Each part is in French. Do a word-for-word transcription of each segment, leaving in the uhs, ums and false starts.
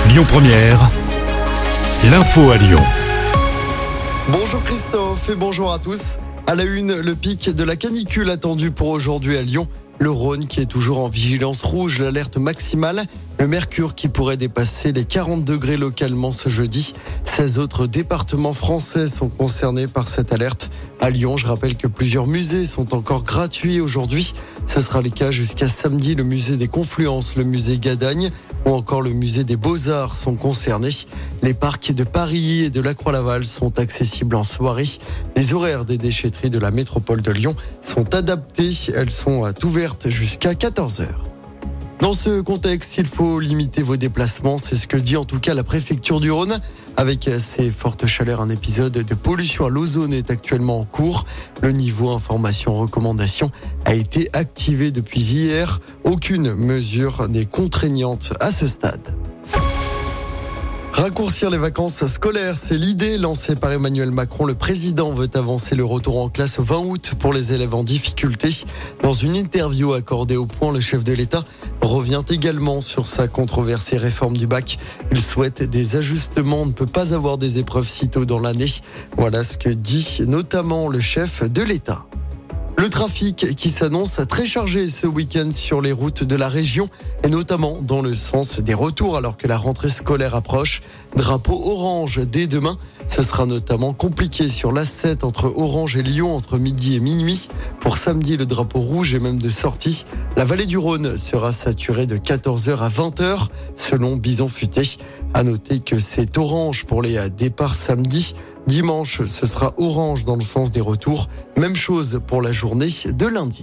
Lyon Première, l'info à Lyon. Bonjour Christophe et bonjour à tous. À la une, le pic de la canicule attendu pour aujourd'hui à Lyon. Le Rhône qui est toujours en vigilance rouge, l'alerte maximale. Le mercure qui pourrait dépasser les quarante degrés localement ce jeudi. seize autres départements français sont concernés par cette alerte. À Lyon, je rappelle que plusieurs musées sont encore gratuits aujourd'hui. Ce sera le cas jusqu'à samedi. Le musée des Confluences, le musée Gadagne ou encore le musée des Beaux-Arts sont concernés. Les parcs de Paris et de la Croix-Laval sont accessibles en soirée. Les horaires des déchetteries de la métropole de Lyon sont adaptés. Elles sont ouvertes jusqu'à quatorze heures. Dans ce contexte, il faut limiter vos déplacements. C'est ce que dit en tout cas la préfecture du Rhône. Avec ces fortes chaleurs, un épisode de pollution à l'ozone est actuellement en cours. Le niveau information-recommandation a été activé depuis hier. Aucune mesure n'est contraignante à ce stade. Raccourcir les vacances scolaires, c'est l'idée lancée par Emmanuel Macron. Le président veut avancer le retour en classe au vingt août pour les élèves en difficulté. Dans une interview accordée au Point, le chef de l'État revient également sur sa controversée réforme du bac. Il souhaite des ajustements. On ne peut pas avoir des épreuves si tôt dans l'année. Voilà ce que dit notamment le chef de l'État. Le trafic qui s'annonce très chargé ce week-end sur les routes de la région et notamment dans le sens des retours alors que la rentrée scolaire approche. Drapeau orange dès demain. Ce sera notamment compliqué sur l'A sept entre Orange et Lyon entre midi et minuit. Pour samedi, le drapeau rouge est même de sortie. La vallée du Rhône sera saturée de quatorze heures à vingt heures selon Bison Futé. À noter que c'est orange pour les départs samedi. Dimanche, ce sera orange dans le sens des retours. Même chose pour la journée de lundi.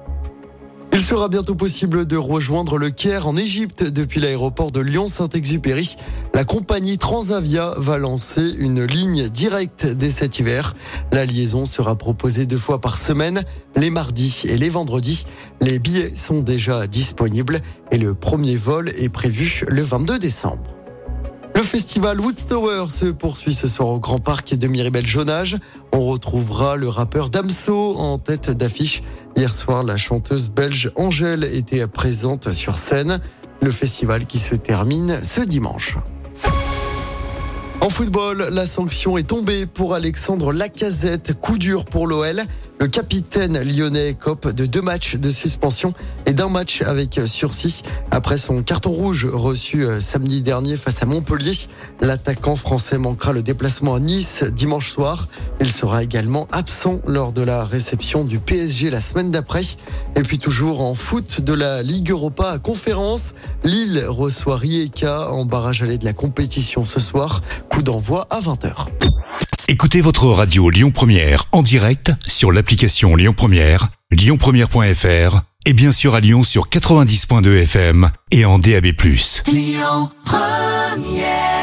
Il sera bientôt possible de rejoindre le Caire en Égypte depuis l'aéroport de Lyon-Saint-Exupéry. La compagnie Transavia va lancer une ligne directe dès cet hiver. La liaison sera proposée deux fois par semaine, les mardis et les vendredis. Les billets sont déjà disponibles et le premier vol est prévu le vingt-deux décembre. Le festival Woodstower se poursuit ce soir au Grand Parc de Miribel-Jonage. On retrouvera le rappeur Damso en tête d'affiche. Hier soir, la chanteuse belge Angèle était présente sur scène. Le festival qui se termine ce dimanche. En football, la sanction est tombée pour Alexandre Lacazette. Coup dur pour l'O L. Le capitaine lyonnais écope de deux matchs de suspension et d'un match avec sursis. Après son carton rouge reçu samedi dernier face à Montpellier, l'attaquant français manquera le déplacement à Nice dimanche soir. Il sera également absent lors de la réception du P S G la semaine d'après. Et puis toujours en foot de la Ligue Europa à Conférence, Lille reçoit Rijeka en barrage aller de la compétition ce soir. Coup d'envoi à vingt heures. Écoutez votre radio Lyon Première en direct sur l'application Lyon Première, lyon première point f r et bien sûr à Lyon sur quatre-vingt-dix point deux F M et en D A B plus. Lyon Première.